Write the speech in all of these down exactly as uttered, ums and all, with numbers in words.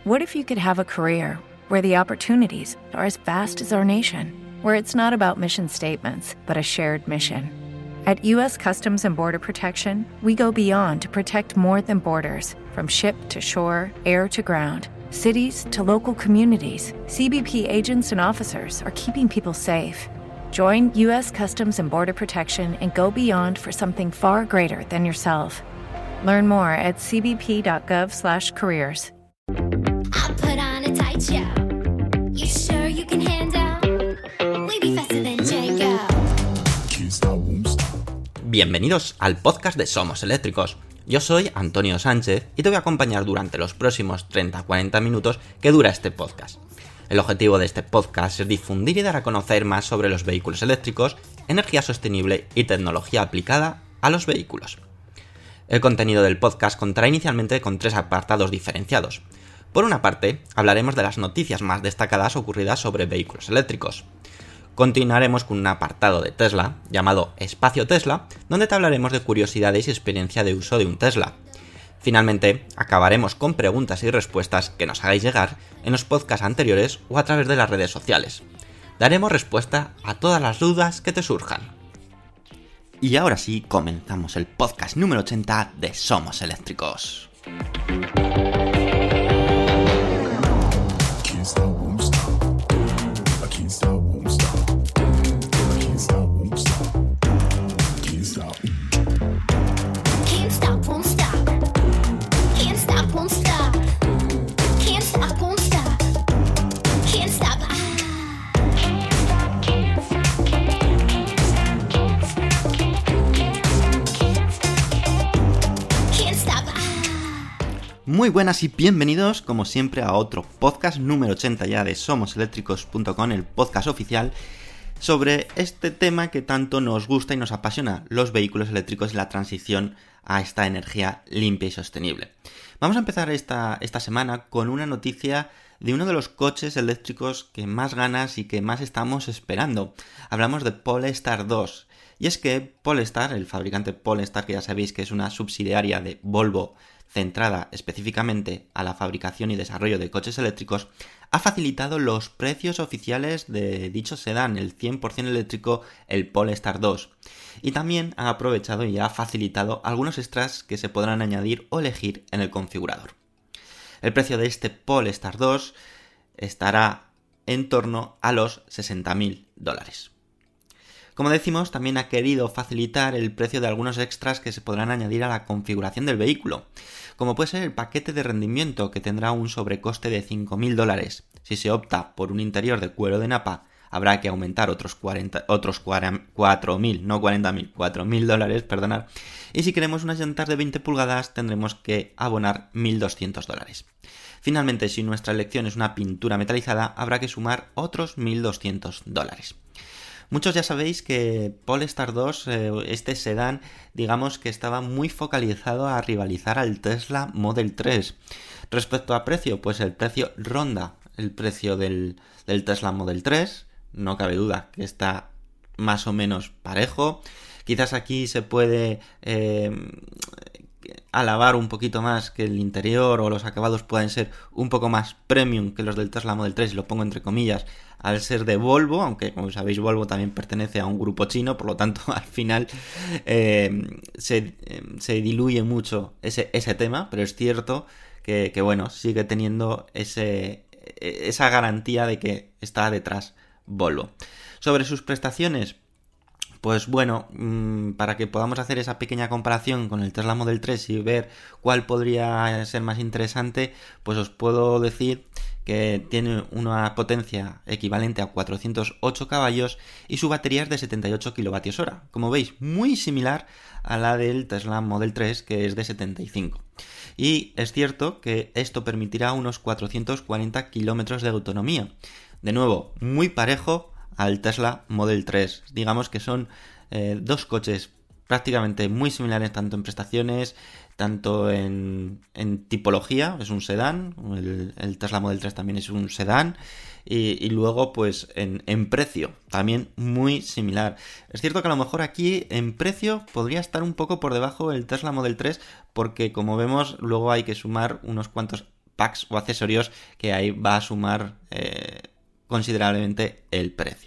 What if you could have a career where the opportunities are as vast as our nation, where it's not about mission statements, but a shared mission? At U S Customs and Border Protection, we go beyond to protect more than borders. From ship to shore, air to ground, cities to local communities, C B P agents and officers are keeping people safe. Join U S Customs and Border Protection and go beyond for something far greater than yourself. Learn more at c b p dot gov slash careers. I put on a tight show. You sure you can handle? We be faster than Django. Bienvenidos al podcast de Somos Eléctricos. Yo soy Antonio Sánchez y te voy a acompañar durante los próximos treinta a cuarenta minutos que dura este podcast. El objetivo de este podcast es difundir y dar a conocer más sobre los vehículos eléctricos, energía sostenible y tecnología aplicada a los vehículos. El contenido del podcast contará inicialmente con tres apartados diferenciados. Por una parte, hablaremos de las noticias más destacadas ocurridas sobre vehículos eléctricos. Continuaremos con un apartado de Tesla, llamado Espacio Tesla, donde te hablaremos de curiosidades y experiencia de uso de un Tesla. Finalmente, acabaremos con preguntas y respuestas que nos hagáis llegar en los podcasts anteriores o a través de las redes sociales. Daremos respuesta a todas las dudas que te surjan. Y ahora sí, comenzamos el podcast número ochenta de Somos Eléctricos. Muy buenas y bienvenidos, como siempre, a otro podcast número ochenta ya de somos eléctricos punto com, el podcast oficial sobre este tema que tanto nos gusta y nos apasiona, los vehículos eléctricos y la transición a esta energía limpia y sostenible. Vamos a empezar esta, esta semana con una noticia de uno de los coches eléctricos que más ganas y que más estamos esperando. Hablamos de Polestar dos. Y es que Polestar, el fabricante Polestar, que ya sabéis que es una subsidiaria de Volvo centrada específicamente a la fabricación y desarrollo de coches eléctricos, ha facilitado los precios oficiales de dicho sedán, el cien por ciento eléctrico, el Polestar dos. Y también ha aprovechado y ha facilitado algunos extras que se podrán añadir o elegir en el configurador. El precio de este Polestar dos estará en torno a los sesenta mil dólares. Como decimos, también ha querido facilitar el precio de algunos extras que se podrán añadir a la configuración del vehículo, como puede ser el paquete de rendimiento, que tendrá un sobrecoste de cinco mil dólares. Si se opta por un interior de cuero de napa, habrá que aumentar otros, cuarenta, otros cuatro mil, no cuarenta mil, cuatro mil dólares, perdonad. Y si queremos unas llantas de veinte pulgadas, tendremos que abonar mil doscientos dólares. Finalmente, si nuestra elección es una pintura metalizada, habrá que sumar otros mil doscientos dólares. Muchos ya sabéis que Polestar dos, eh, este sedán, digamos que estaba muy focalizado a rivalizar al Tesla Model tres. Respecto a precio, pues el precio ronda el precio del, del Tesla Model tres, no cabe duda que está más o menos parejo. Quizás aquí se puede eh, alabar un poquito más que el interior o los acabados puedan ser un poco más premium que los del Tesla Model tres, y lo pongo entre comillas, al ser de Volvo, aunque como sabéis Volvo también pertenece a un grupo chino, por lo tanto al final eh, se, eh, se diluye mucho ese, ese tema, pero es cierto que, que bueno, sigue teniendo ese, esa garantía de que está detrás Volvo. Sobre sus prestaciones, pues bueno, para que podamos hacer esa pequeña comparación con el Tesla Model tres y ver cuál podría ser más interesante, pues os puedo decir que tiene una potencia equivalente a cuatrocientos ocho caballos y su batería es de setenta y ocho kilovatios hora. Como veis, muy similar a la del Tesla Model tres, que es de setenta y cinco. Y es cierto que esto permitirá unos cuatrocientos cuarenta kilómetros de autonomía. De nuevo, muy parejo al Tesla Model tres. Digamos que son eh, dos coches prácticamente muy similares tanto en prestaciones, tanto en, en tipología, es un sedán, el, el Tesla Model tres también es un sedán, y, y luego pues en, en precio también muy similar. Es cierto que a lo mejor aquí en precio podría estar un poco por debajo el Tesla Model tres, porque como vemos luego hay que sumar unos cuantos packs o accesorios que ahí va a sumar eh, considerablemente el precio.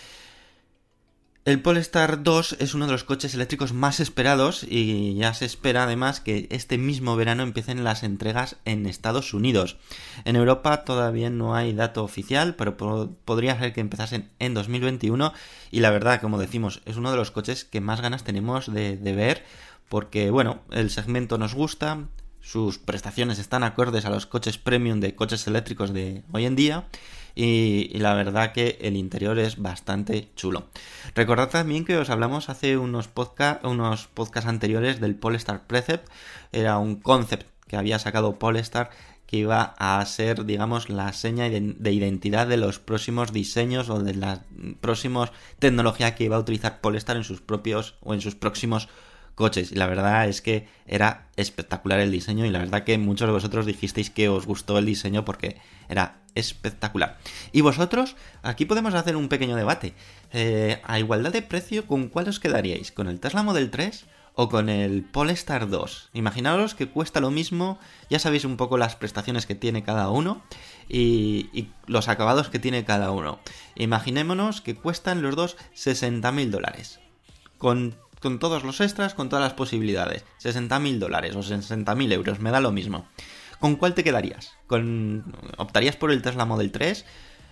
El Polestar dos es uno de los coches eléctricos más esperados y ya se espera además que este mismo verano empiecen las entregas en Estados Unidos. En Europa todavía no hay dato oficial, pero po- podría ser que empezasen en dos mil veintiuno y la verdad, como decimos, es uno de los coches que más ganas tenemos de, de ver porque, bueno, el segmento nos gusta, sus prestaciones están acordes a los coches premium de coches eléctricos de hoy en día. Y, y la verdad que el interior es bastante chulo. Recordad también que os hablamos hace unos podcast, unos podcasts anteriores del Polestar Precept. Era un concept que había sacado Polestar que iba a ser, digamos, la seña de identidad de los próximos diseños o de la próxima tecnología que iba a utilizar Polestar en sus propios o en sus próximos coches. Y la verdad es que era espectacular el diseño y la verdad que muchos de vosotros dijisteis que os gustó el diseño porque era espectacular. Y vosotros, aquí podemos hacer un pequeño debate. Eh, a igualdad de precio, ¿con cuál os quedaríais? ¿Con el Tesla Model tres o con el Polestar dos? Imaginaos que cuesta lo mismo, ya sabéis un poco las prestaciones que tiene cada uno y, y los acabados que tiene cada uno. Imaginémonos que cuestan los dos sesenta mil dólares. Con Con todos los extras, con todas las posibilidades. sesenta mil dólares o sesenta mil euros, me da lo mismo. ¿Con cuál te quedarías? ¿Con... ¿Optarías por el Tesla Model tres?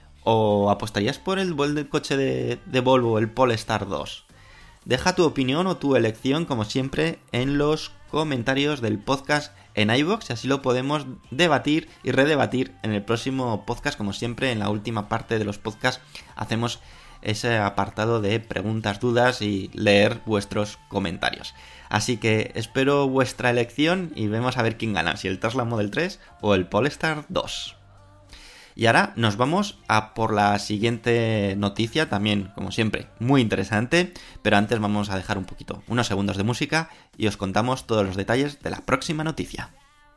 ¿O apostarías por el, el coche de, de Volvo, el Polestar dos? Deja tu opinión o tu elección, como siempre, en los comentarios del podcast en iVoox y así lo podemos debatir y redebatir en el próximo podcast. Como siempre, en la última parte de los podcasts hacemos ese apartado de preguntas, dudas y leer vuestros comentarios. Así que espero vuestra elección y vemos a ver quién gana, si el Tesla Model tres o el Polestar dos. Y ahora nos vamos a por la siguiente noticia, también, como siempre, muy interesante, pero antes vamos a dejar un poquito, unos segundos de música y os contamos todos los detalles de la próxima noticia.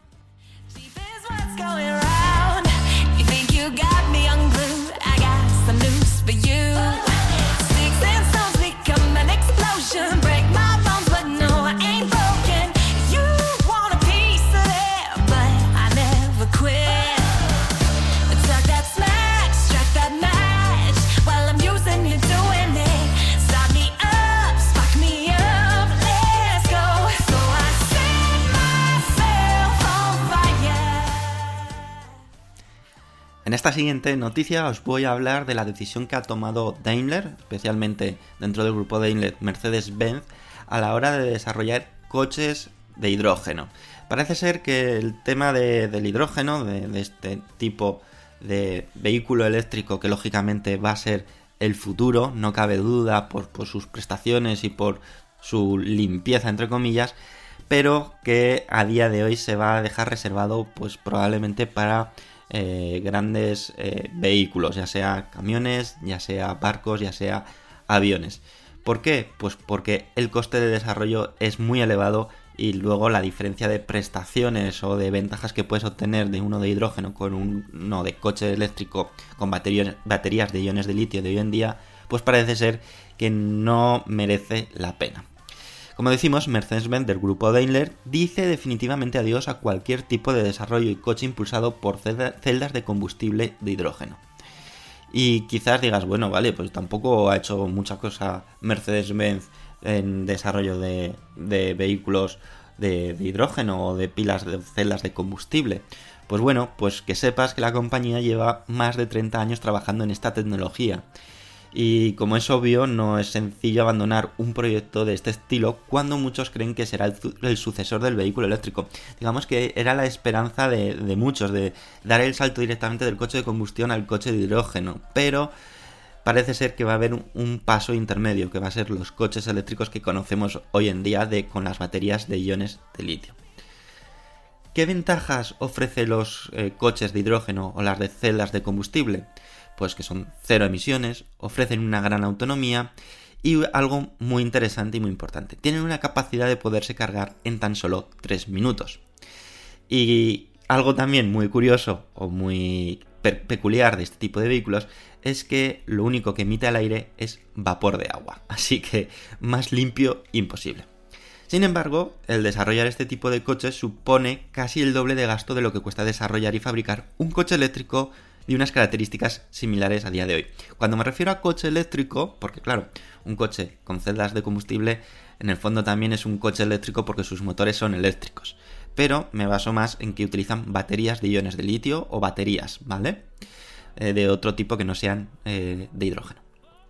En esta siguiente noticia os voy a hablar de la decisión que ha tomado Daimler, especialmente dentro del grupo Daimler Mercedes-Benz, a la hora de desarrollar coches de hidrógeno. Parece ser que el tema de, del hidrógeno, de, de este tipo de vehículo eléctrico que lógicamente va a ser el futuro, no cabe duda por, por sus prestaciones y por su limpieza, entre comillas, pero que a día de hoy se va a dejar reservado pues probablemente para Eh, grandes eh, vehículos, ya sea camiones, ya sea barcos, ya sea aviones. ¿Por qué? Pues porque el coste de desarrollo es muy elevado y luego la diferencia de prestaciones o de ventajas que puedes obtener de uno de hidrógeno con uno de coche eléctrico con baterías, baterías de iones de litio de hoy en día, pues parece ser que no merece la pena. Como decimos, Mercedes-Benz del grupo Daimler dice definitivamente adiós a cualquier tipo de desarrollo y coche impulsado por celdas de combustible de hidrógeno. Y quizás digas, bueno, vale, pues tampoco ha hecho mucha cosa Mercedes-Benz en desarrollo de, de vehículos de, de hidrógeno o de pilas de celdas de combustible. Pues bueno, pues que sepas que la compañía lleva más de treinta años trabajando en esta tecnología. Y como es obvio, no es sencillo abandonar un proyecto de este estilo cuando muchos creen que será el, el sucesor del vehículo eléctrico. Digamos que era la esperanza de, de muchos, de dar el salto directamente del coche de combustión al coche de hidrógeno, pero parece ser que va a haber un, un paso intermedio, que va a ser los coches eléctricos que conocemos hoy en día de, con las baterías de iones de litio. ¿Qué ventajas ofrecen los eh, coches de hidrógeno o las de celdas de combustible? Pues que son cero emisiones, ofrecen una gran autonomía y algo muy interesante y muy importante, tienen una capacidad de poderse cargar en tan solo tres minutos. Y algo también muy curioso o muy pe- peculiar de este tipo de vehículos es que lo único que emite al aire es vapor de agua, así que más limpio imposible. Sin embargo, el desarrollar este tipo de coches supone casi el doble de gasto de lo que cuesta desarrollar y fabricar un coche eléctrico de unas características similares a día de hoy. Cuando me refiero a coche eléctrico, porque claro, un coche con celdas de combustible en el fondo también es un coche eléctrico porque sus motores son eléctricos, pero me baso más en que utilizan baterías de iones de litio o baterías, ¿vale? Eh, de otro tipo que no sean eh, de hidrógeno.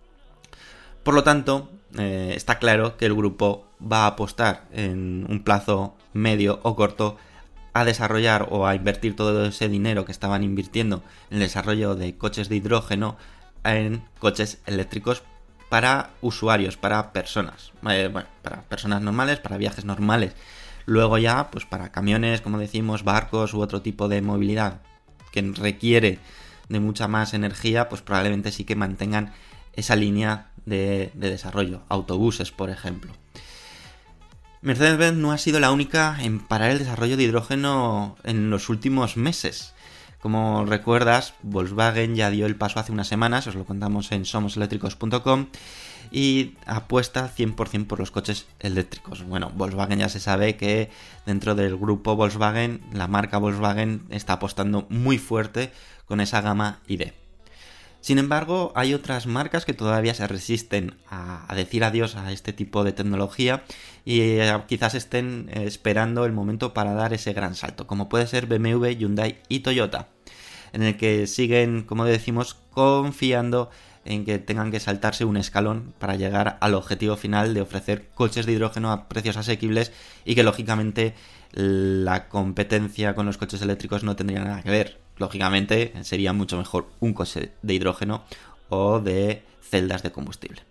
Por lo tanto, eh, está claro que el grupo va a apostar en un plazo medio o corto a desarrollar o a invertir todo ese dinero que estaban invirtiendo en el desarrollo de coches de hidrógeno en coches eléctricos para usuarios, para personas, eh, bueno, para personas normales, para viajes normales. Luego ya, pues para camiones, como decimos, barcos u otro tipo de movilidad que requiere de mucha más energía, pues probablemente sí que mantengan esa línea de, de desarrollo. Autobuses, por ejemplo. Mercedes-Benz no ha sido la única en parar el desarrollo de hidrógeno en los últimos meses. Como recuerdas, Volkswagen ya dio el paso hace unas semanas, os lo contamos en somos eléctricos punto com, y apuesta cien por ciento por los coches eléctricos. Bueno, Volkswagen ya se sabe que dentro del grupo Volkswagen, la marca Volkswagen está apostando muy fuerte con esa gama I D. Sin embargo, hay otras marcas que todavía se resisten a, a decir adiós a este tipo de tecnología y eh, quizás estén eh, esperando el momento para dar ese gran salto, como puede ser B M W, Hyundai y Toyota, en el que siguen, como decimos, confiando en que tengan que saltarse un escalón para llegar al objetivo final de ofrecer coches de hidrógeno a precios asequibles y que lógicamente la competencia con los coches eléctricos no tendría nada que ver. Lógicamente sería mucho mejor un coche de hidrógeno o de celdas de combustible.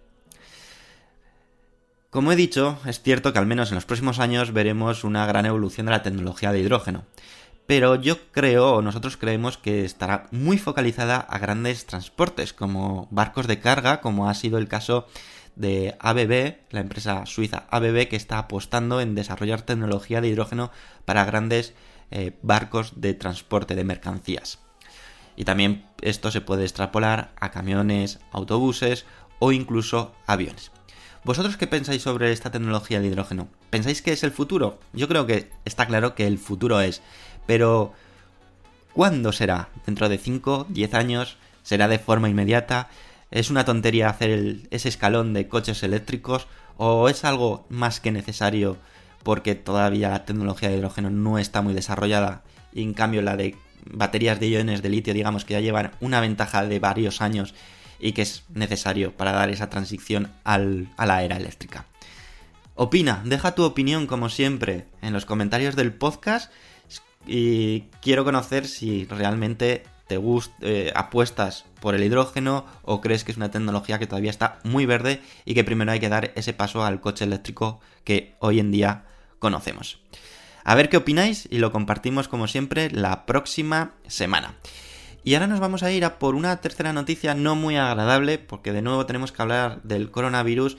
Como he dicho, es cierto que al menos en los próximos años veremos una gran evolución de la tecnología de hidrógeno. Pero yo creo, o nosotros creemos, que estará muy focalizada a grandes transportes, como barcos de carga, como ha sido el caso de A B B, la empresa suiza A B B, que está apostando en desarrollar tecnología de hidrógeno para grandes eh, barcos de transporte de mercancías. Y también esto se puede extrapolar a camiones, autobuses o incluso aviones. ¿Vosotros qué pensáis sobre esta tecnología de hidrógeno? ¿Pensáis que es el futuro? Yo creo que está claro que el futuro es, pero ¿cuándo será? ¿Dentro de cinco, diez años? ¿Será de forma inmediata? ¿Es una tontería hacer el, ese escalón de coches eléctricos? ¿O es algo más que necesario porque todavía la tecnología de hidrógeno no está muy desarrollada y en cambio la de baterías de iones de litio, digamos que ya llevan una ventaja de varios años y que es necesario para dar esa transición al, a la era eléctrica? Opina, deja tu opinión como siempre en los comentarios del podcast y quiero conocer si realmente te gusta, eh, apuestas por el hidrógeno o crees que es una tecnología que todavía está muy verde y que primero hay que dar ese paso al coche eléctrico que hoy en día conocemos. A ver qué opináis y lo compartimos como siempre la próxima semana. Y ahora nos vamos a ir a por una tercera noticia no muy agradable, porque de nuevo tenemos que hablar del coronavirus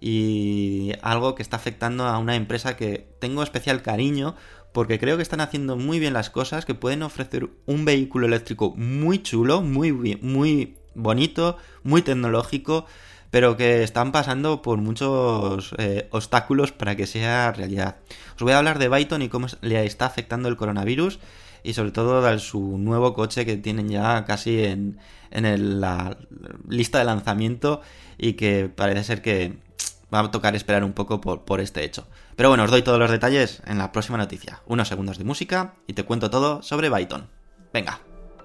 y algo que está afectando a una empresa que tengo especial cariño, porque creo que están haciendo muy bien las cosas, que pueden ofrecer un vehículo eléctrico muy chulo, muy, muy bonito, muy tecnológico, pero que están pasando por muchos eh, obstáculos para que sea realidad. Os voy a hablar de Byton y cómo le está afectando el coronavirus y sobre todo de su nuevo coche que tienen ya casi en, en el, la lista de lanzamiento y que parece ser que va a tocar esperar un poco por, por este hecho. Pero bueno, os doy todos los detalles en la próxima noticia. Unos segundos de música y te cuento todo sobre Byton. Venga.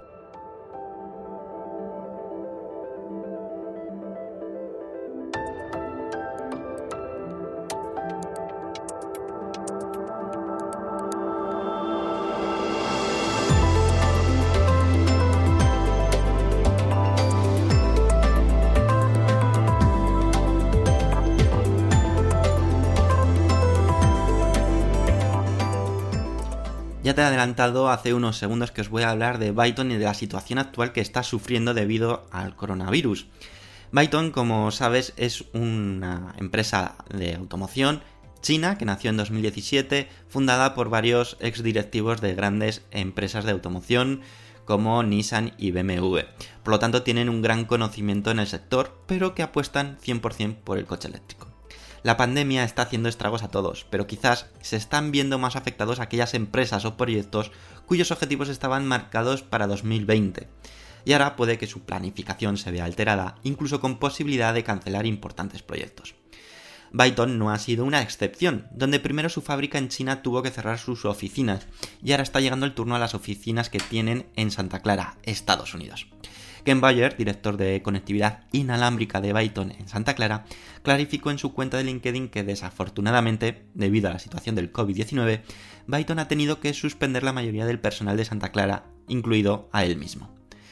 Ya te he adelantado hace unos segundos que os voy a hablar de Byton y de la situación actual que está sufriendo debido al coronavirus. Byton, como sabes, es una empresa de automoción china que nació en dos mil diecisiete, fundada por varios exdirectivos de grandes empresas de automoción como Nissan y B M W. Por lo tanto, tienen un gran conocimiento en el sector, pero que apuestan cien por ciento por el coche eléctrico. La pandemia está haciendo estragos a todos, pero quizás se están viendo más afectados aquellas empresas o proyectos cuyos objetivos estaban marcados para dos mil veinte. Y ahora puede que su planificación se vea alterada, incluso con posibilidad de cancelar importantes proyectos. Byton no ha sido una excepción, donde primero su fábrica en China tuvo que cerrar sus oficinas, y ahora está llegando el turno a las oficinas que tienen en Santa Clara, Estados Unidos. Ken Bayer, director de conectividad inalámbrica de Byton en Santa Clara, clarificó en su cuenta de LinkedIn que desafortunadamente, debido a la situación del covid diecinueve, Byton ha tenido que suspender la mayoría del personal de Santa Clara, incluido a él mismo.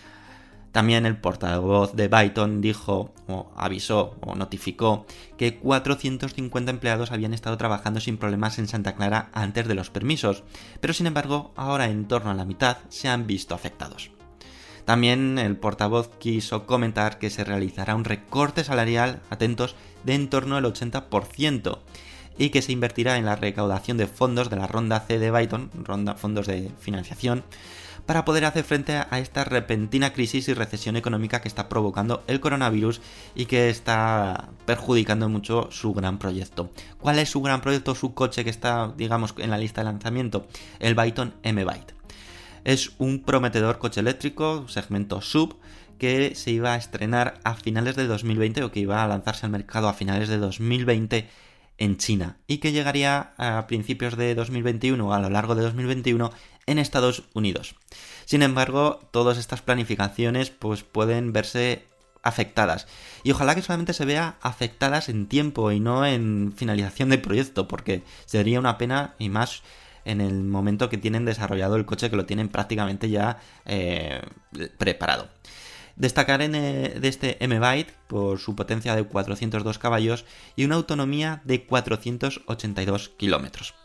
También el portavoz de Byton dijo, o avisó, o notificó, que cuatrocientos cincuenta empleados habían estado trabajando sin problemas en Santa Clara antes de los permisos, pero sin embargo, ahora en torno a la mitad se han visto afectados. También el portavoz quiso comentar que se realizará un recorte salarial, atentos, de en torno al ochenta por ciento, y que se invertirá en la recaudación de fondos de la ronda C de Byton, ronda, fondos de financiación, para poder hacer frente a esta repentina crisis y recesión económica que está provocando el coronavirus y que está perjudicando mucho su gran proyecto. ¿Cuál es su gran proyecto, su coche que está, digamos, en la lista de lanzamiento? El Byton M-Byte. Es un prometedor coche eléctrico, segmento sub, que se iba a estrenar a finales de dos mil veinte o que iba a lanzarse al mercado a finales de dos mil veinte en China y que llegaría a principios de dos mil veintiuno o a lo largo de dos mil veintiuno en Estados Unidos. Sin embargo, todas estas planificaciones pues, pueden verse afectadas y ojalá que solamente se vea afectadas en tiempo y no en finalización del proyecto, porque sería una pena y más en el momento que tienen desarrollado el coche, que lo tienen prácticamente ya eh, preparado. Destacar en, eh, de este M-Byte por su potencia de cuatrocientos dos caballos y una autonomía de cuatrocientos ochenta y dos kilómetros.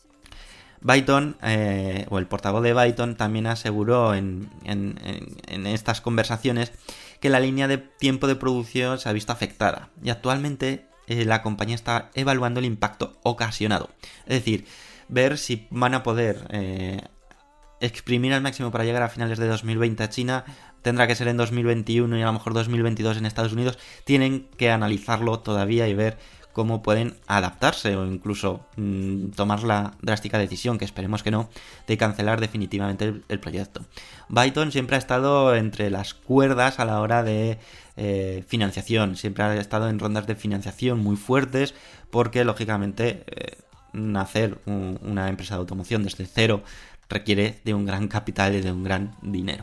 Byton, eh, o el portavoz de Byton, también aseguró en, en, en, en estas conversaciones que la línea de tiempo de producción se ha visto afectada y actualmente eh, la compañía está evaluando el impacto ocasionado. Es decir, ver si van a poder eh, exprimir al máximo para llegar a finales de dos mil veinte a China. Tendrá que ser en dos mil veintiuno y a lo mejor dos mil veintidós en Estados Unidos. Tienen que analizarlo todavía y ver cómo pueden adaptarse o incluso mmm, tomar la drástica decisión, que esperemos que no, de cancelar definitivamente el, el proyecto. Byton siempre ha estado entre las cuerdas a la hora de eh, financiación, siempre ha estado en rondas de financiación muy fuertes porque lógicamente eh, hacer un, una empresa de automoción desde cero requiere de un gran capital y de un gran dinero.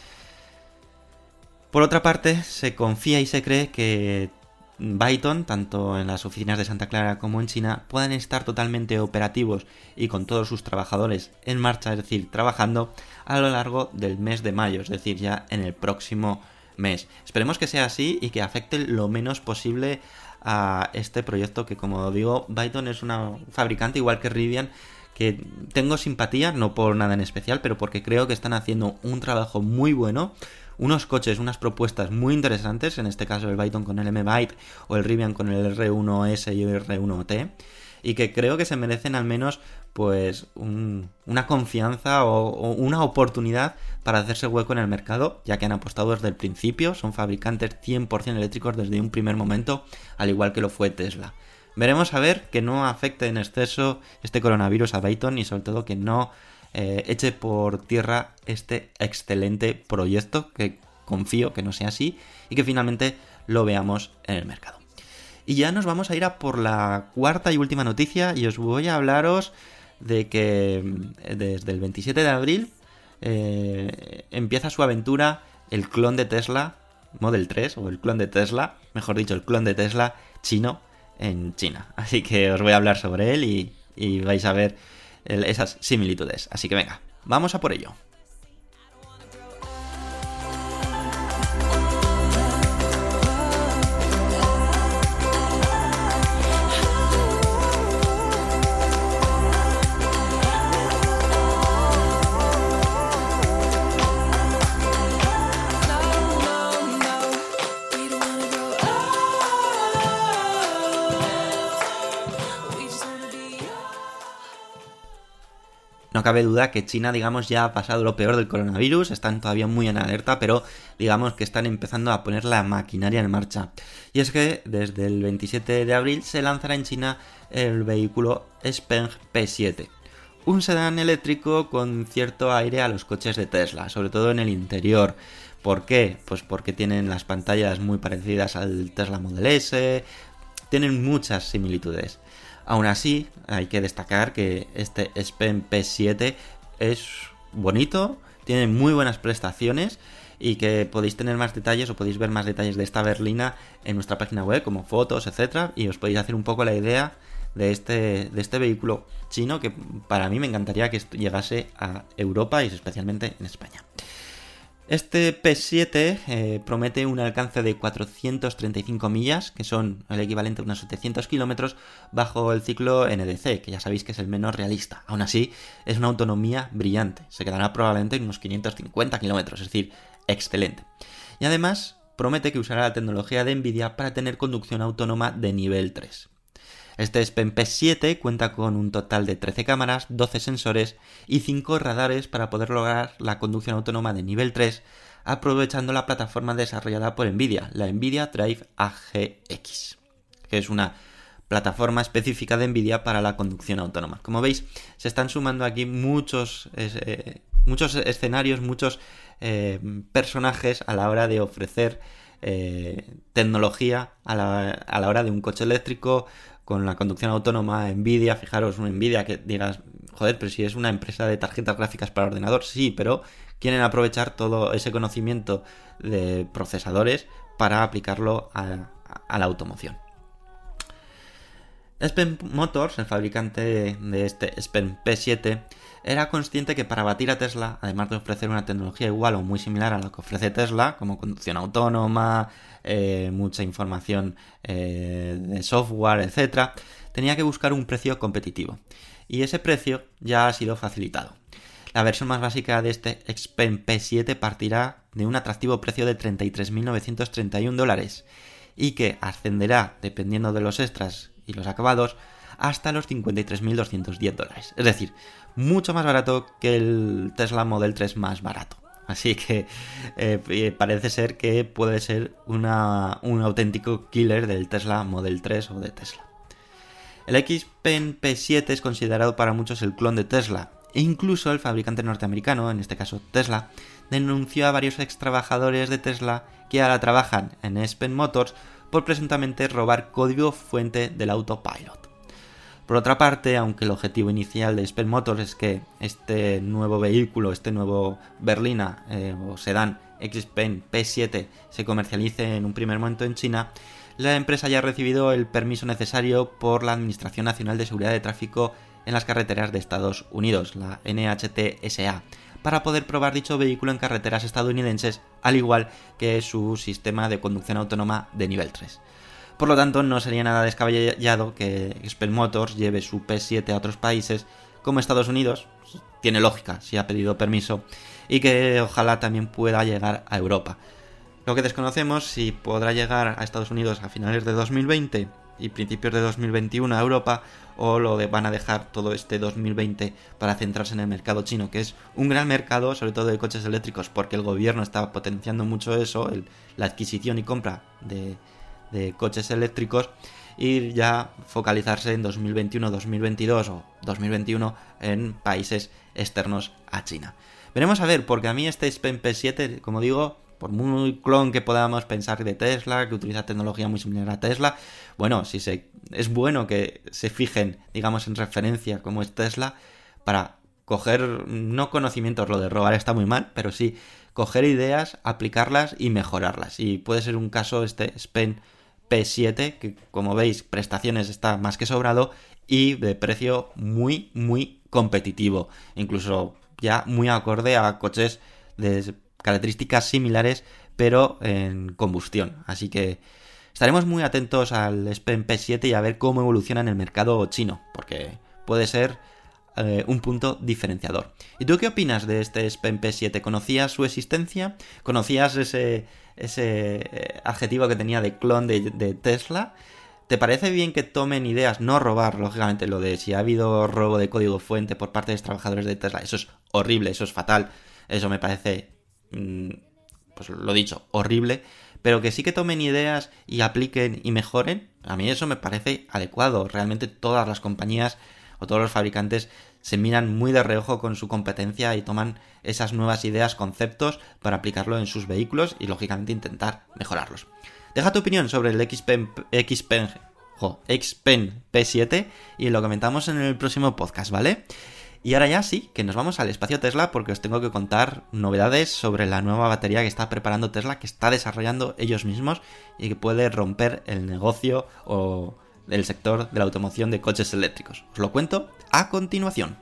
Por otra parte, se confía y se cree que Byton, tanto en las oficinas de Santa Clara como en China, puedan estar totalmente operativos y con todos sus trabajadores en marcha, es decir, trabajando a lo largo del mes de mayo, es decir, ya en el próximo mes. Esperemos que sea así y que afecte lo menos posible a este proyecto que, como digo, Byton es una fabricante igual que Rivian, que tengo simpatía, no por nada en especial, pero porque creo que están haciendo un trabajo muy bueno, unos coches, unas propuestas muy interesantes, en este caso el Byton con el M-Byte o el Rivian con el R uno S y el R uno T, y que creo que se merecen al menos pues un, una confianza o, o una oportunidad para hacerse hueco en el mercado, ya que han apostado desde el principio, son fabricantes cien por ciento eléctricos desde un primer momento, al igual que lo fue Tesla. Veremos a ver que no afecte en exceso este coronavirus a Byton y sobre todo que no eh, eche por tierra este excelente proyecto, que confío que no sea así y que finalmente lo veamos en el mercado. Y ya nos vamos a ir a por la cuarta y última noticia y os voy a hablaros de que desde el veintisiete de abril eh, empieza su aventura el clon de Tesla Model tres, o el clon de Tesla, mejor dicho, el clon de Tesla chino en China. Así que os voy a hablar sobre él y, y vais a ver el, esas similitudes. Así que venga, vamos a por ello. No cabe duda que China, digamos, ya ha pasado lo peor del coronavirus, están todavía muy en alerta, pero digamos que están empezando a poner la maquinaria en marcha. Y es que desde el veintisiete de abril se lanzará en China el vehículo Xpeng P siete. Un sedán eléctrico con cierto aire a los coches de Tesla, sobre todo en el interior. ¿Por qué? Pues porque tienen las pantallas muy parecidas al Tesla Model S, tienen muchas similitudes. Aún así, hay que destacar que este Xpeng P siete es bonito, tiene muy buenas prestaciones y que podéis tener más detalles o podéis ver más detalles de esta berlina en nuestra página web, como fotos, etcétera, y os podéis hacer un poco la idea de este, de este vehículo chino que para mí me encantaría que llegase a Europa y especialmente en España. Este P siete eh, promete un alcance de cuatrocientas treinta y cinco millas, que son el equivalente a unos setecientos kilómetros, bajo el ciclo N D C, que ya sabéis que es el menos realista. Aún así, es una autonomía brillante, se quedará probablemente en unos quinientos cincuenta kilómetros, es decir, excelente. Y además, promete que usará la tecnología de Nvidia para tener conducción autónoma de nivel tres. Este Xpeng P siete cuenta con un total de trece cámaras, doce sensores y cinco radares para poder lograr la conducción autónoma de nivel tres, aprovechando la plataforma desarrollada por Nvidia, la Nvidia Drive A G X, que es una plataforma específica de Nvidia para la conducción autónoma. Como veis, se están sumando aquí muchos, eh, muchos escenarios, muchos eh, personajes a la hora de ofrecer eh, tecnología a la, a la hora de un coche eléctrico con la conducción autónoma. Nvidia, fijaros, una Nvidia que digas, joder, pero si es una empresa de tarjetas gráficas para ordenador, sí, pero quieren aprovechar todo ese conocimiento de procesadores para aplicarlo a, a la automoción. Xpeng Motors, el fabricante de, de este Xpeng P siete, era consciente que para batir a Tesla, además de ofrecer una tecnología igual o muy similar a la que ofrece Tesla, como conducción autónoma, eh, mucha información eh, de software, etcétera, tenía que buscar un precio competitivo. Y ese precio ya ha sido facilitado. La versión más básica de este Xpeng P siete partirá de un atractivo precio de treinta y tres mil novecientos treinta y uno dólares y que ascenderá, dependiendo de los extras y los acabados, hasta los cincuenta y tres mil doscientos diez dólares. Es decir, mucho más barato que el Tesla Model tres más barato. Así que eh, parece ser que puede ser una, un auténtico killer del Tesla Model tres o de Tesla. El Xpeng P siete es considerado para muchos el clon de Tesla. E incluso el fabricante norteamericano, en este caso Tesla, denunció a varios ex trabajadores de Tesla que ahora trabajan en Xpeng Motors por presuntamente robar código fuente del autopilot. Por otra parte, aunque el objetivo inicial de Xpeng Motors es que este nuevo vehículo, este nuevo berlina eh, o sedán Xpeng P siete se comercialice en un primer momento en China, la empresa ya ha recibido el permiso necesario por la Administración Nacional de Seguridad de Tráfico en las Carreteras de Estados Unidos, la N H T S A, para poder probar dicho vehículo en carreteras estadounidenses, al igual que su sistema de conducción autónoma de nivel tres. Por lo tanto, no sería nada descabellado que Xpeng Motors lleve su P siete a otros países como Estados Unidos, tiene lógica si ha pedido permiso, y que ojalá también pueda llegar a Europa. Lo que desconocemos si podrá llegar a Estados Unidos a finales de dos mil veinte y principios de dos mil veintiuno a Europa, o lo de, van a dejar todo este dos mil veinte para centrarse en el mercado chino, que es un gran mercado, sobre todo de coches eléctricos, porque el gobierno está potenciando mucho eso, el, la adquisición y compra de, de coches eléctricos, y ya focalizarse en dos mil veintiuno, dos mil veintidós o dos mil veintiuno en países externos a China. Veremos a ver, porque a mí este Xpeng P siete, como digo, por muy clon que podamos pensar de Tesla, que utiliza tecnología muy similar a Tesla, bueno, si se, es bueno que se fijen, digamos, en referencia como es Tesla, para coger, no conocimientos, lo de robar está muy mal, pero sí coger ideas, aplicarlas y mejorarlas. Y puede ser un caso este Xpeng P siete, que como veis, prestaciones está más que sobrado y de precio muy, muy competitivo, incluso ya muy acorde a coches de características similares, pero en combustión. Así que estaremos muy atentos al Xpeng P siete y a ver cómo evoluciona en el mercado chino, porque puede ser eh, un punto diferenciador. ¿Y tú qué opinas de este Xpeng P siete? ¿Conocías su existencia? ¿Conocías ese, ese adjetivo que tenía de clon de, de Tesla? ¿Te parece bien que tomen ideas? No robar, lógicamente, lo de si ha habido robo de código fuente por parte de los trabajadores de Tesla, eso es horrible, eso es fatal, eso me parece, pues lo dicho, horrible, pero que sí que tomen ideas y apliquen y mejoren, a mí eso me parece adecuado. Realmente todas las compañías o todos los fabricantes se miran muy de reojo con su competencia y toman esas nuevas ideas, conceptos para aplicarlo en sus vehículos y lógicamente intentar mejorarlos. Deja tu opinión sobre el Xpeng, Xpeng, jo, Xpeng P siete y lo comentamos en el próximo podcast, ¿vale? Y ahora ya sí, que nos vamos al espacio Tesla porque os tengo que contar novedades sobre la nueva batería que está preparando Tesla, que está desarrollando ellos mismos y que puede romper el negocio o el sector de la automoción de coches eléctricos. Os lo cuento a continuación.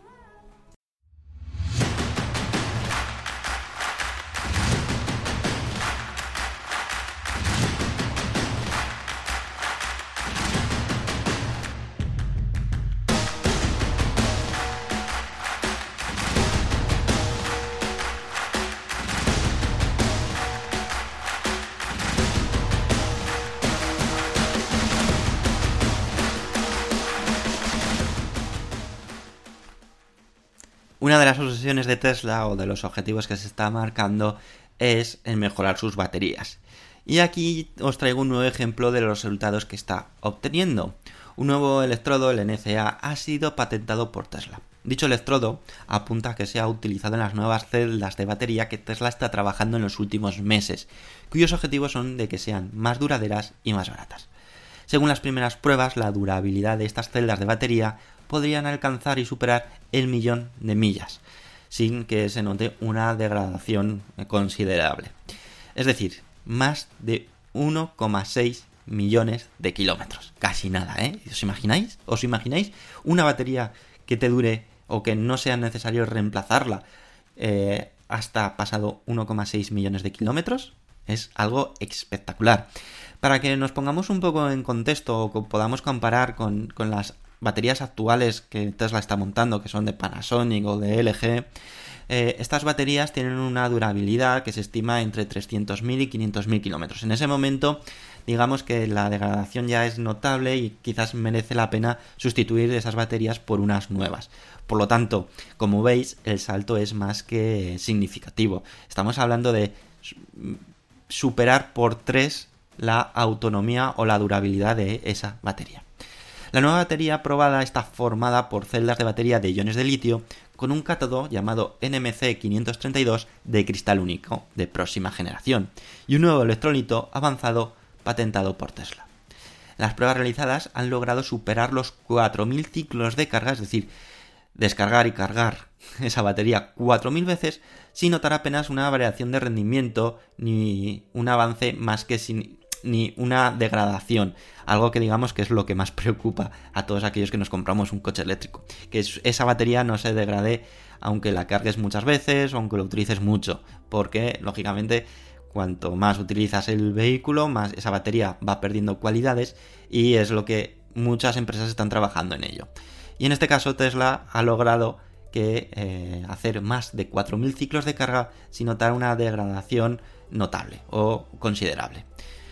Una de las obsesiones de Tesla o de los objetivos que se está marcando es en mejorar sus baterías. Y aquí os traigo un nuevo ejemplo de los resultados que está obteniendo. Un nuevo electrodo, el N C A, ha sido patentado por Tesla. Dicho electrodo apunta a que se ha utilizado en las nuevas celdas de batería que Tesla está trabajando en los últimos meses, cuyos objetivos son de que sean más duraderas y más baratas. Según las primeras pruebas, la durabilidad de estas celdas de batería podrían alcanzar y superar el millón de millas, sin que se note una degradación considerable. Es decir, más de uno coma seis millones de kilómetros. Casi nada, ¿eh? ¿Os imagináis? ¿Os imagináis una batería que te dure o que no sea necesario reemplazarla eh, hasta pasado uno coma seis millones de kilómetros? Es algo espectacular. Para que nos pongamos un poco en contexto o que podamos comparar con, con las baterías actuales que Tesla está montando, que son de Panasonic o de L G, eh, estas baterías tienen una durabilidad que se estima entre trescientos mil y quinientos mil kilómetros. En ese momento, digamos que la degradación ya es notable y quizás merece la pena sustituir esas baterías por unas nuevas. Por lo tanto, como veis, el salto es más que significativo. Estamos hablando de superar por tres la autonomía o la durabilidad de esa batería. La nueva batería probada está formada por celdas de batería de iones de litio con un cátodo llamado N M C quinientos treinta y dos de cristal único de próxima generación y un nuevo electrolito avanzado patentado por Tesla. Las pruebas realizadas han logrado superar los cuatro mil ciclos de carga, es decir, descargar y cargar esa batería cuatro mil veces sin notar apenas una variación de rendimiento ni un avance más que sin... ni una degradación, algo que digamos que es lo que más preocupa a todos aquellos que nos compramos un coche eléctrico, que esa batería no se degrade aunque la cargues muchas veces o aunque lo utilices mucho, porque lógicamente cuanto más utilizas el vehículo, más esa batería va perdiendo cualidades y es lo que muchas empresas están trabajando en ello. Y en este caso Tesla ha logrado que eh, hacer más de cuatro mil ciclos de carga sin notar una degradación notable o considerable.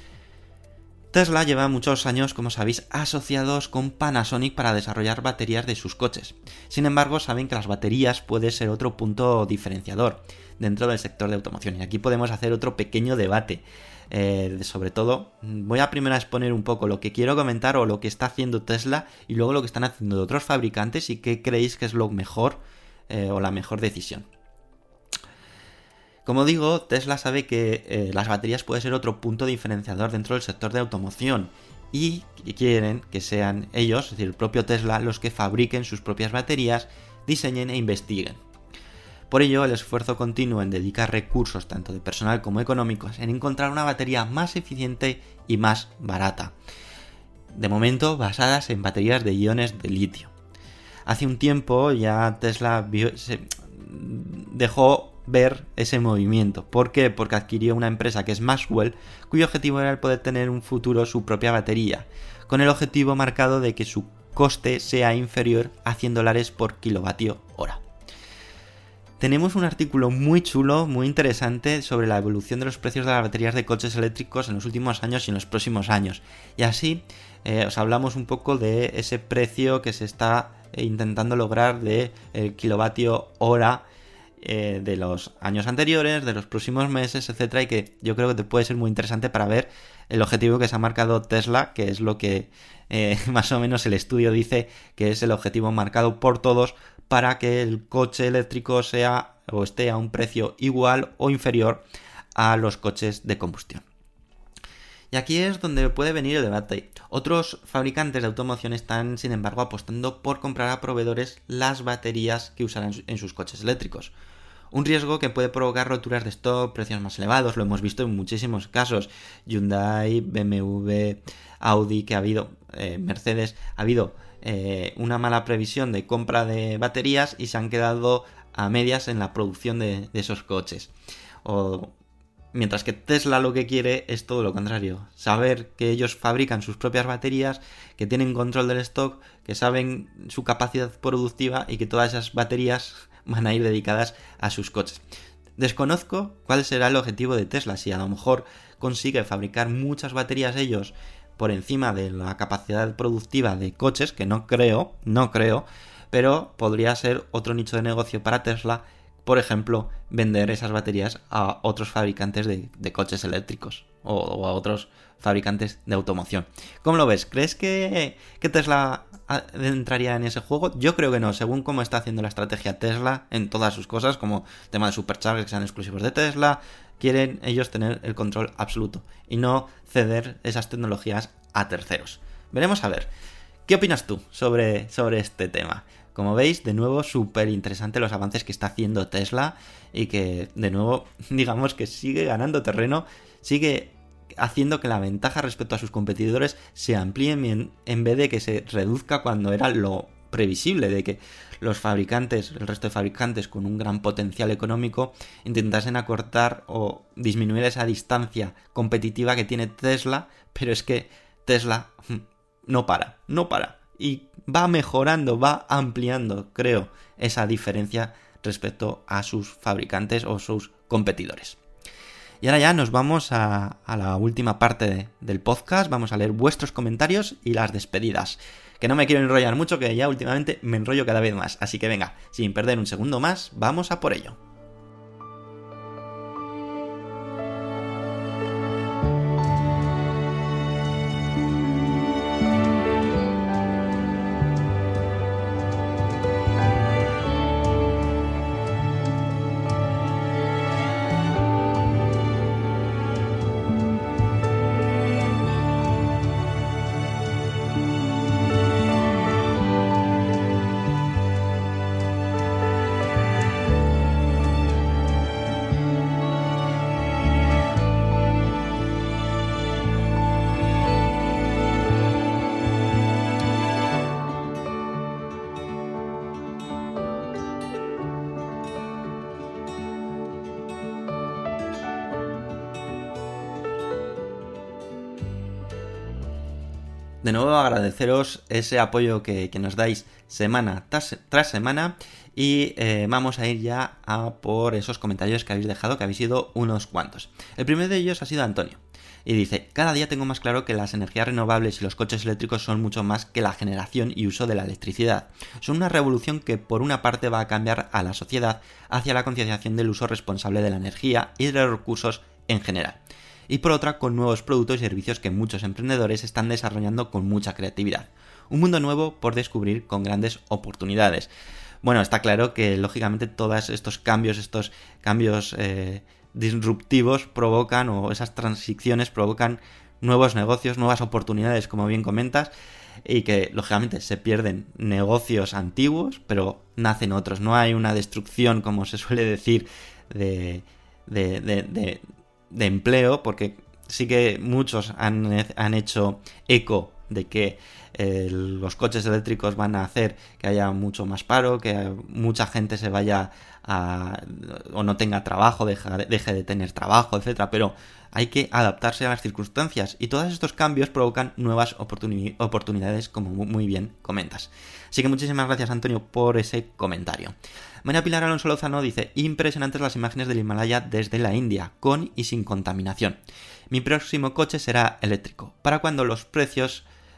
Tesla lleva muchos años, como sabéis, asociados con Panasonic para desarrollar baterías de sus coches. Sin embargo, saben que las baterías puede ser otro punto diferenciador dentro del sector de automoción. Y aquí podemos hacer otro pequeño debate. Eh, sobre todo, voy a primero a exponer un poco lo que quiero comentar o lo que está haciendo Tesla y luego lo que están haciendo otros fabricantes y qué creéis que es lo mejor eh, o la mejor decisión. Como digo, Tesla sabe que eh, las baterías puede ser otro punto diferenciador dentro del sector de automoción y quieren que sean ellos, es decir, el propio Tesla, los que fabriquen sus propias baterías, diseñen e investiguen. Por ello, el esfuerzo continuo en dedicar recursos, tanto de personal como económicos, en encontrar una batería más eficiente y más barata. De momento, basadas en baterías de iones de litio. Hace un tiempo ya Tesla vio, se dejó ver ese movimiento. ¿Por qué? Porque adquirió una empresa que es Maxwell, cuyo objetivo era el poder tener en un futuro su propia batería, con el objetivo marcado de que su coste sea inferior a cien dólares por kilovatio hora. Tenemos un artículo muy chulo, muy interesante sobre la evolución de los precios de las baterías de coches eléctricos en los últimos años y en los próximos años. Y así eh, os hablamos un poco de ese precio que se está intentando lograr de el kilovatio hora eh, de los años anteriores, de los próximos meses, etcétera, y que yo creo que te puede ser muy interesante para ver el objetivo que se ha marcado Tesla, que es lo que eh, más o menos el estudio dice que es el objetivo marcado por todos para que el coche eléctrico sea o esté a un precio igual o inferior a los coches de combustión. Y aquí es donde puede venir el debate. Otros fabricantes de automoción están, sin embargo, apostando por comprar a proveedores las baterías que usarán en sus coches eléctricos. Un riesgo que puede provocar roturas de stock, precios más elevados, lo hemos visto en muchísimos casos. Hyundai, B M W, Audi, que ha habido, eh, Mercedes, ha habido eh, una mala previsión de compra de baterías y se han quedado a medias en la producción de, de esos coches. O, mientras que Tesla lo que quiere es todo lo contrario, saber que ellos fabrican sus propias baterías, que tienen control del stock, que saben su capacidad productiva y que todas esas baterías van a ir dedicadas a sus coches. Desconozco cuál será el objetivo de Tesla, si a lo mejor consigue fabricar muchas baterías ellos por encima de la capacidad productiva de coches, que no creo, no creo, pero podría ser otro nicho de negocio para Tesla, por ejemplo, vender esas baterías a otros fabricantes de, de coches eléctricos o, o a otros fabricantes de automoción. ¿Cómo lo ves? ¿Crees que, que Tesla entraría en ese juego? Yo creo que no, según cómo está haciendo la estrategia Tesla en todas sus cosas, como el tema de Supercharger que sean exclusivos de Tesla, quieren ellos tener el control absoluto y no ceder esas tecnologías a terceros. Veremos a ver. ¿Qué opinas tú sobre, sobre este tema? Como veis, de nuevo, súper interesante los avances que está haciendo Tesla y que, de nuevo, digamos que sigue ganando terreno, sigue haciendo que la ventaja respecto a sus competidores se amplíe en, en vez de que se reduzca cuando era lo previsible, de que los fabricantes, el resto de fabricantes con un gran potencial económico, intentasen acortar o disminuir esa distancia competitiva que tiene Tesla, pero es que Tesla no para, no para. Y va mejorando, va ampliando, creo, esa diferencia respecto a sus fabricantes o sus competidores. Y ahora ya nos vamos a, a la última parte de, del podcast. Vamos a leer vuestros comentarios y las despedidas. Que no me quiero enrollar mucho, que ya últimamente me enrollo cada vez más. Así que venga, sin perder un segundo más, vamos a por ello. De nuevo agradeceros ese apoyo que, que nos dais semana tras, tras semana y eh, vamos a ir ya a por esos comentarios que habéis dejado, que habéis sido unos cuantos. El primero de ellos ha sido Antonio y dice: cada día tengo más claro que las energías renovables y los coches eléctricos son mucho más que la generación y uso de la electricidad. Son una revolución que por una parte va a cambiar a la sociedad hacia la concienciación del uso responsable de la energía y de los recursos en general. Y por otra, con nuevos productos y servicios que muchos emprendedores están desarrollando con mucha creatividad. Un mundo nuevo por descubrir con grandes oportunidades. Bueno, está claro que lógicamente todos estos cambios, estos cambios eh, disruptivos provocan, o esas transiciones provocan nuevos negocios, nuevas oportunidades, como bien comentas, y que lógicamente se pierden negocios antiguos, pero nacen otros. No hay una destrucción, como se suele decir, de... de, de, de de empleo, porque sí que muchos han, han hecho eco de que eh, los coches eléctricos van a hacer que haya mucho más paro, que mucha gente se vaya a, o no tenga trabajo, deja, deje de tener trabajo, etcétera, pero hay que adaptarse a las circunstancias y todos estos cambios provocan nuevas oportuni- oportunidades, como muy bien comentas. Así que muchísimas gracias, Antonio, por ese comentario. María Pilar Alonso Lozano dice: impresionantes las imágenes del Himalaya desde la India, con y sin contaminación. Mi próximo coche será eléctrico, para cuando los precios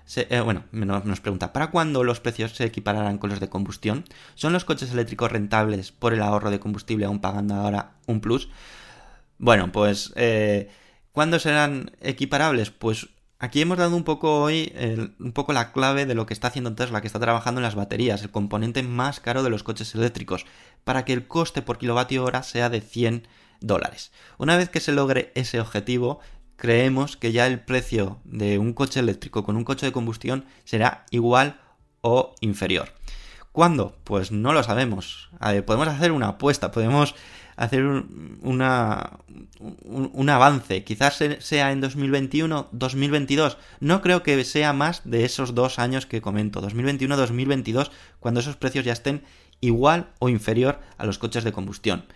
se, eh, bueno, nos pregunta, ¿para cuándo los precios se equipararán con los de combustión? ¿Son los coches eléctricos rentables por el ahorro de combustible aún pagando ahora un plus? Bueno, pues, eh, ¿cuándo serán equiparables? Pues aquí hemos dado un poco hoy, el, un poco la clave de lo que está haciendo Tesla, que está trabajando en las baterías, el componente más caro de los coches eléctricos, para que el coste por kilovatio hora sea de cien dólares. Una vez que se logre ese objetivo, creemos que ya el precio de un coche eléctrico con un coche de combustión será igual o inferior. ¿Cuándo? Pues no lo sabemos. A ver, podemos hacer una apuesta, podemos hacer un, una, un, un avance. Quizás sea en dos mil veintiuno, dos mil veintidós. No creo que sea más de esos dos años que comento, dos mil veintiuno, dos mil veintidós, cuando esos precios ya estén igual o inferior a los coches de combustión.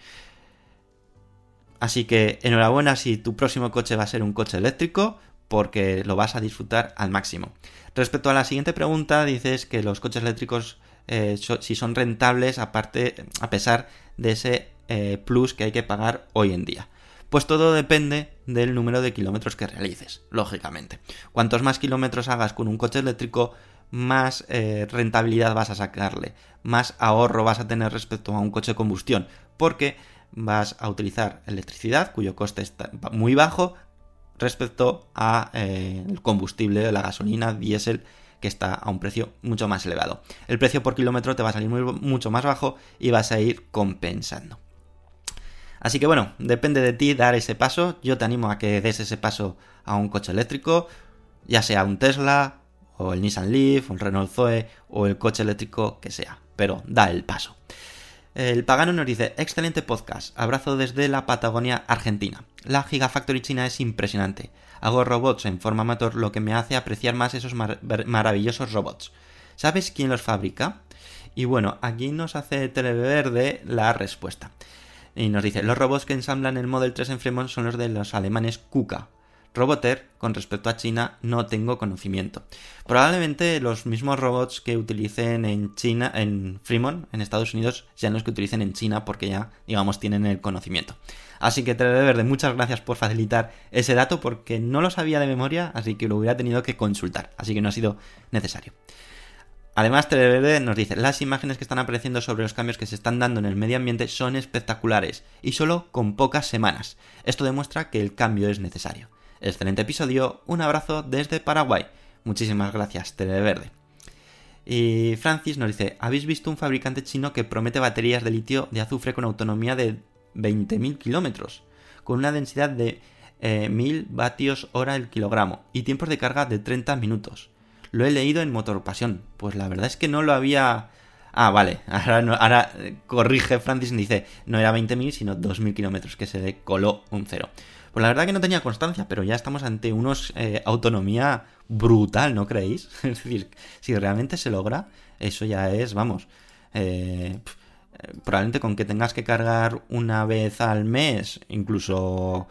Así que enhorabuena si tu próximo coche va a ser un coche eléctrico, porque lo vas a disfrutar al máximo. Respecto a la siguiente pregunta, dices que los coches eléctricos, eh, so, si son rentables, aparte, a pesar de ese eh, plus que hay que pagar hoy en día. Pues todo depende del número de kilómetros que realices, lógicamente. Cuantos más kilómetros hagas con un coche eléctrico, más eh, rentabilidad vas a sacarle, más ahorro vas a tener respecto a un coche de combustión, porque vas a utilizar electricidad cuyo coste está muy bajo respecto a eh, el combustible, la gasolina, diésel, que está a un precio mucho más elevado. El precio por kilómetro te va a salir muy, mucho más bajo y vas a ir compensando. Así que bueno, depende de ti dar ese paso. Yo te animo a que des ese paso a un coche eléctrico, ya sea un Tesla, o el Nissan Leaf, o el Renault Zoe, o el coche eléctrico que sea, pero da el paso. El Pagano nos dice, excelente podcast, abrazo desde la Patagonia, Argentina. La Gigafactory china es impresionante. Hago robots en forma amateur, lo que me hace apreciar más esos mar- maravillosos robots. ¿Sabes quién los fabrica? Y bueno, aquí nos hace Televerde la respuesta. Y nos dice, los robots que ensamblan el Model tres en Fremont son los de los alemanes Kuka. Roboter, con respecto a China, no tengo conocimiento. Probablemente los mismos robots que utilicen en China, en Fremont, en Estados Unidos, sean los que utilicen en China, porque ya, digamos, tienen el conocimiento. Así que Televerde, muchas gracias por facilitar ese dato, porque no lo sabía de memoria, así que lo hubiera tenido que consultar, así que no ha sido necesario. Además, Televerde nos dice, las imágenes que están apareciendo sobre los cambios que se están dando en el medio ambiente son espectaculares, y solo con pocas semanas. Esto demuestra que el cambio es necesario. Excelente episodio, un abrazo desde Paraguay. Muchísimas gracias, Televerde. Y Francis nos dice, ¿habéis visto un fabricante chino que promete baterías de litio de azufre con autonomía de veinte mil kilómetros, con una densidad de eh, mil vatios hora el kilogramo y tiempos de carga de treinta minutos? Lo he leído en Motor Pasión. Pues la verdad es que no lo había... Ah, vale, ahora, no, ahora corrige Francis y dice, no era veinte mil sino dos mil kilómetros, que se le coló un cero. Pues la verdad que no tenía constancia, pero ya estamos ante unos eh, autonomía brutal, ¿no creéis? Es decir, si realmente se logra, eso ya es, vamos, eh, probablemente con que tengas que cargar una vez al mes, incluso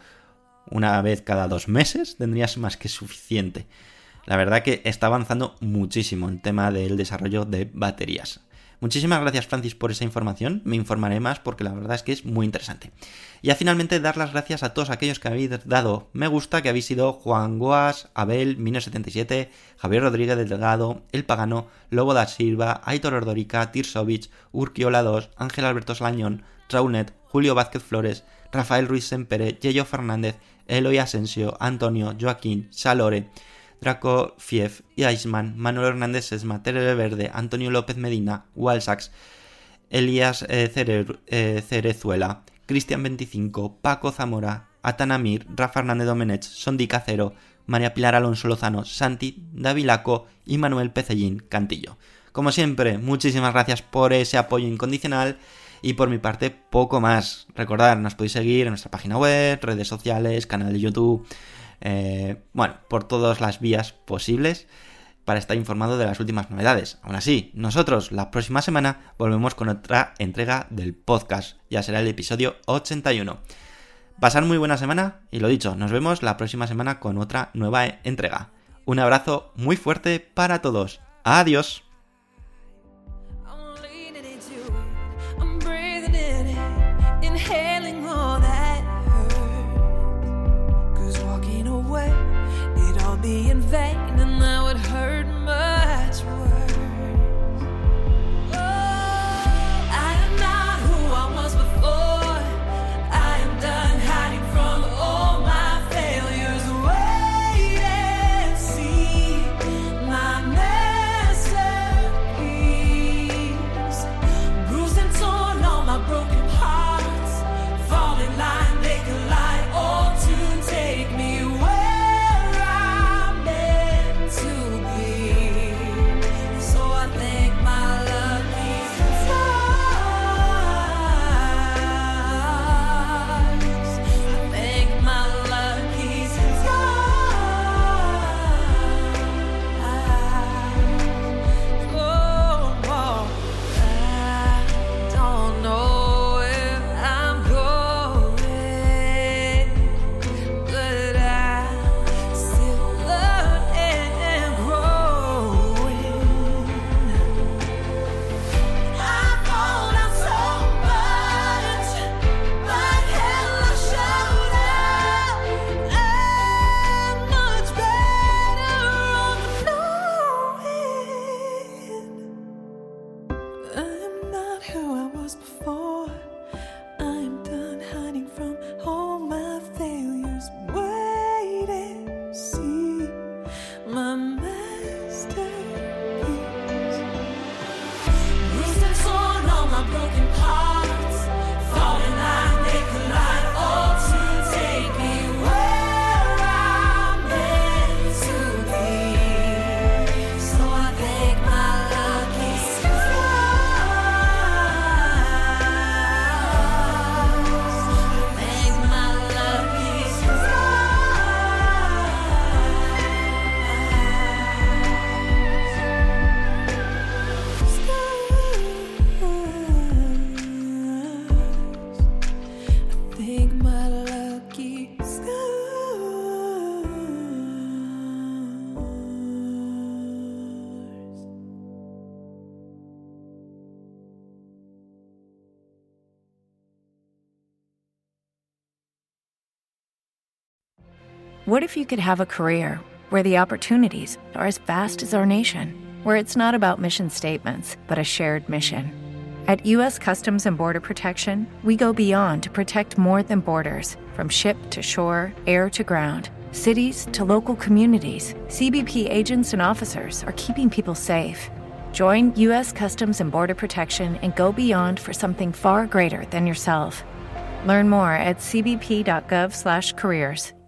una vez cada dos meses, tendrías más que suficiente. La verdad que está avanzando muchísimo el tema del desarrollo de baterías. Muchísimas gracias, Francis, por esa información. Me informaré más porque la verdad es que es muy interesante. Y ya finalmente dar las gracias a todos aquellos que habéis dado me gusta, que habéis sido Juan Guas, Abel, Mino setenta y siete, Javier Rodríguez del Delgado, El Pagano, Lobo da Silva, Aitor Ordorica, Tirsovich, Urquiola dos, Ángel Alberto Slañón, Raunet, Julio Vázquez Flores, Rafael Ruiz Sempere, Yello Fernández, Eloy Asensio, Antonio, Joaquín, Salore, Draco Fief, Iceman, Manuel Hernández Sesma, Televerde, Antonio López Medina, Walsax, Elías eh, Cere, eh, Cerezuela, Cristian veinticinco, Paco Zamora, Atanamir, Rafa Hernández Domenech, Sondi Cacero, María Pilar Alonso Lozano, Santi Davilaco y Manuel Pecellín Cantillo. Como siempre, muchísimas gracias por ese apoyo incondicional y por mi parte poco más. Recordad, nos podéis seguir en nuestra página web, redes sociales, canal de YouTube... Eh, bueno, por todas las vías posibles para estar informado de las últimas novedades. Aún así, nosotros la próxima semana volvemos con otra entrega del podcast. Ya será el episodio ochenta y uno. Pasad muy buena semana y lo dicho, nos vemos la próxima semana con otra nueva entrega. Un abrazo muy fuerte para todos. Adiós. Be in vain, and that would hurt me. What if you could have a career where the opportunities are as vast as our nation, where it's not about mission statements, but a shared mission? At U S Customs and Border Protection, we go beyond to protect more than borders. From ship to shore, air to ground, cities to local communities, C B P agents and officers are keeping people safe. Join U S Customs and Border Protection and go beyond for something far greater than yourself. Learn more at c b p dot gov slash careers.